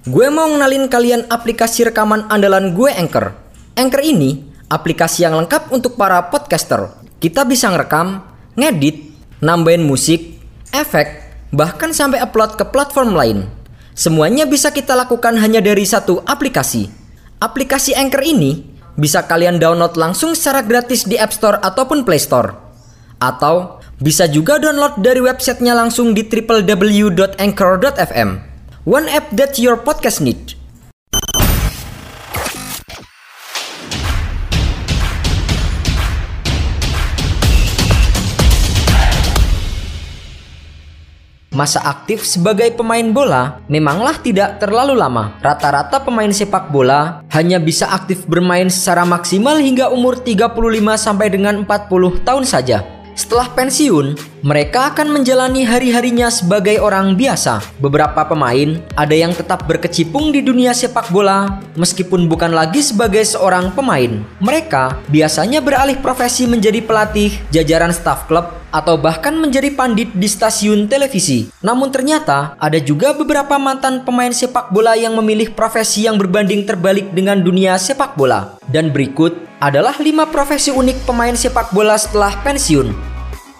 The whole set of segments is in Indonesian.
Gue mau ngenalin kalian aplikasi rekaman andalan gue, Anchor. Anchor ini aplikasi yang lengkap untuk para podcaster. Kita bisa ngerekam, ngedit, nambahin musik, efek, bahkan sampai upload ke platform lain. Semuanya bisa kita lakukan hanya dari satu aplikasi. Aplikasi Anchor ini bisa kalian download langsung secara gratis di App Store ataupun Play Store. Atau bisa juga download dari websitenya langsung di www.anchor.fm. One app that your podcast need. Masa aktif sebagai pemain bola memanglah tidak terlalu lama. Rata-rata pemain sepak bola hanya bisa aktif bermain secara maksimal hingga umur 35 sampai dengan 40 tahun saja. Setelah pensiun, mereka akan menjalani hari-harinya sebagai orang biasa. Beberapa pemain ada yang tetap berkecimpung di dunia sepak bola meskipun bukan lagi sebagai seorang pemain. Mereka biasanya beralih profesi menjadi pelatih, jajaran staf klub, atau bahkan menjadi pandit di stasiun televisi. Namun ternyata ada juga beberapa mantan pemain sepak bola yang memilih profesi yang berbanding terbalik dengan dunia sepak bola. Dan berikut adalah 5 profesi unik pemain sepak bola setelah pensiun.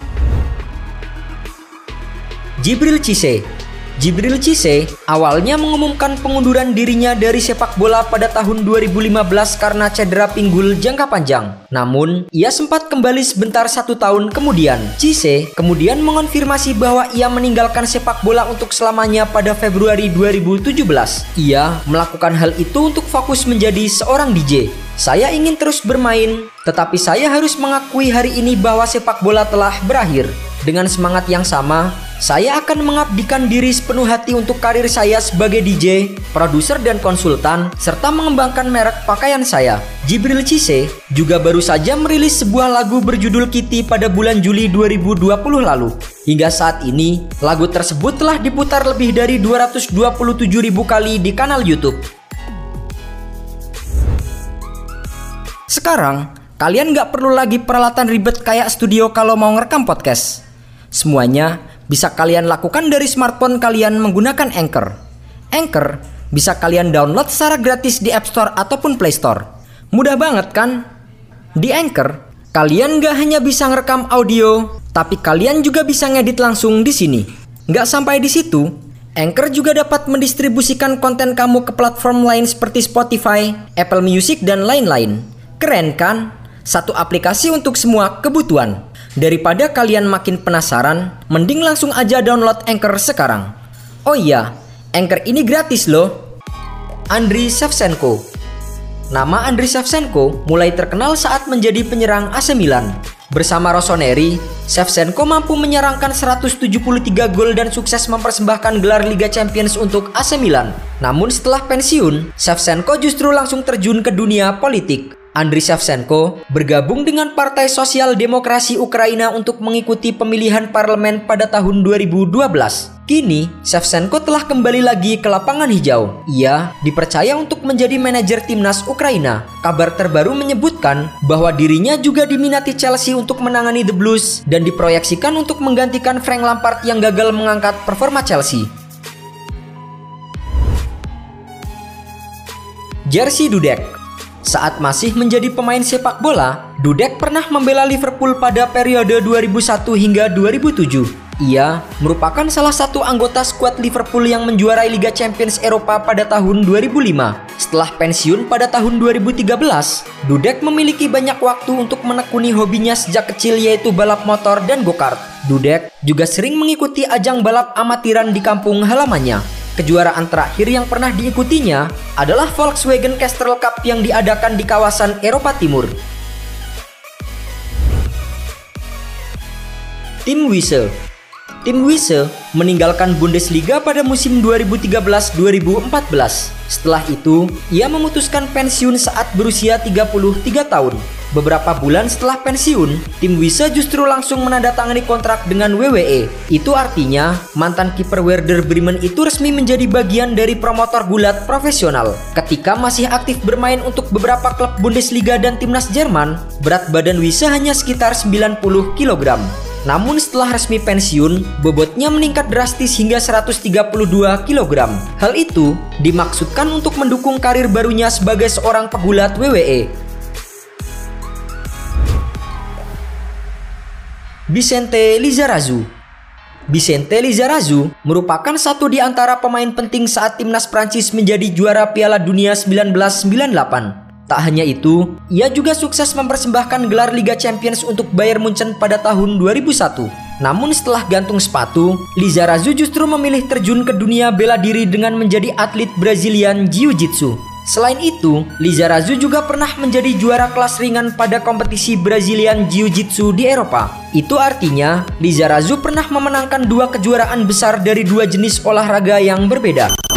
Djibril Cissé. Djibril Cissé awalnya mengumumkan pengunduran dirinya dari sepak bola pada tahun 2015 karena cedera pinggul jangka panjang. Namun, ia sempat kembali sebentar 1 tahun kemudian. Cissé kemudian mengonfirmasi bahwa ia meninggalkan sepak bola untuk selamanya pada Februari 2017. Ia melakukan hal itu untuk fokus menjadi seorang DJ. Saya ingin terus bermain, tetapi saya harus mengakui hari ini bahwa sepak bola telah berakhir. Dengan semangat yang sama, saya akan mengabdikan diri sepenuh hati untuk karir saya sebagai DJ, produser dan konsultan, serta mengembangkan merek pakaian saya. Djibril Cissé juga baru saja merilis sebuah lagu berjudul Kitty pada bulan Juli 2020 lalu. Hingga saat ini, lagu tersebut telah diputar lebih dari 227.000 kali di kanal YouTube. Sekarang, kalian gak perlu lagi peralatan ribet kayak studio kalau mau ngerekam podcast. Semuanya bisa kalian lakukan dari smartphone kalian menggunakan Anchor. Anchor bisa kalian download secara gratis di App Store ataupun Play Store. Mudah banget kan? Di Anchor, kalian gak hanya bisa ngerekam audio, tapi kalian juga bisa ngedit langsung di sini. Gak sampai di situ, Anchor juga dapat mendistribusikan konten kamu ke platform lain seperti Spotify, Apple Music, dan lain-lain. Keren kan? Satu aplikasi untuk semua kebutuhan. Daripada kalian makin penasaran, mending langsung aja download Anchor sekarang. Oh iya, Anchor ini gratis loh. Andriy Shevchenko. Nama Andriy Shevchenko mulai terkenal saat menjadi penyerang AC Milan. Bersama Rossoneri, Shevchenko mampu menyerangkan 173 gol dan sukses mempersembahkan gelar Liga Champions untuk AC Milan. Namun setelah pensiun, Shevchenko justru langsung terjun ke dunia politik. Andriy Shevchenko bergabung dengan Partai Sosial Demokrasi Ukraina untuk mengikuti pemilihan parlemen pada tahun 2012. Kini, Shevchenko telah kembali lagi ke lapangan hijau. Ia dipercaya untuk menjadi manajer timnas Ukraina. Kabar terbaru menyebutkan bahwa dirinya juga diminati Chelsea untuk menangani The Blues dan diproyeksikan untuk menggantikan Frank Lampard yang gagal mengangkat performa Chelsea. Jerzy Dudek. Saat masih menjadi pemain sepak bola, Dudek pernah membela Liverpool pada periode 2001 hingga 2007. Ia merupakan salah satu anggota skuad Liverpool yang menjuarai Liga Champions Eropa pada tahun 2005. Setelah pensiun pada tahun 2013, Dudek memiliki banyak waktu untuk menekuni hobinya sejak kecil, yaitu balap motor dan go-kart. Dudek juga sering mengikuti ajang balap amatiran di kampung halamannya. Kejuaraan terakhir yang pernah diikutinya adalah Volkswagen Castrol Cup yang diadakan di kawasan Eropa Timur. Tim Wiese. Tim Wiese meninggalkan Bundesliga pada musim 2013-2014. Setelah itu, ia memutuskan pensiun saat berusia 33 tahun. Beberapa bulan setelah pensiun, tim Wiese justru langsung menandatangani kontrak dengan WWE. Itu artinya, mantan kiper Werder Bremen itu resmi menjadi bagian dari promotor gulat profesional. Ketika masih aktif bermain untuk beberapa klub Bundesliga dan timnas Jerman, berat badan Wiese hanya sekitar 90 kg. Namun setelah resmi pensiun, bobotnya meningkat drastis hingga 132 kg. Hal itu dimaksudkan untuk mendukung karir barunya sebagai seorang pegulat WWE. Vicente Lizarazu. Vicente Lizarazu merupakan satu di antara pemain penting saat timnas Prancis menjadi juara Piala Dunia 1998. Tak hanya itu, ia juga sukses mempersembahkan gelar Liga Champions untuk Bayern Munchen pada tahun 2001. Namun setelah gantung sepatu, Lizarazu justru memilih terjun ke dunia bela diri dengan menjadi atlet Brazilian Jiu-Jitsu. Selain itu, Lizarazu juga pernah menjadi juara kelas ringan pada kompetisi Brazilian Jiu-Jitsu di Eropa. Itu artinya, Lizarazu pernah memenangkan 2 kejuaraan besar dari 2 jenis olahraga yang berbeda.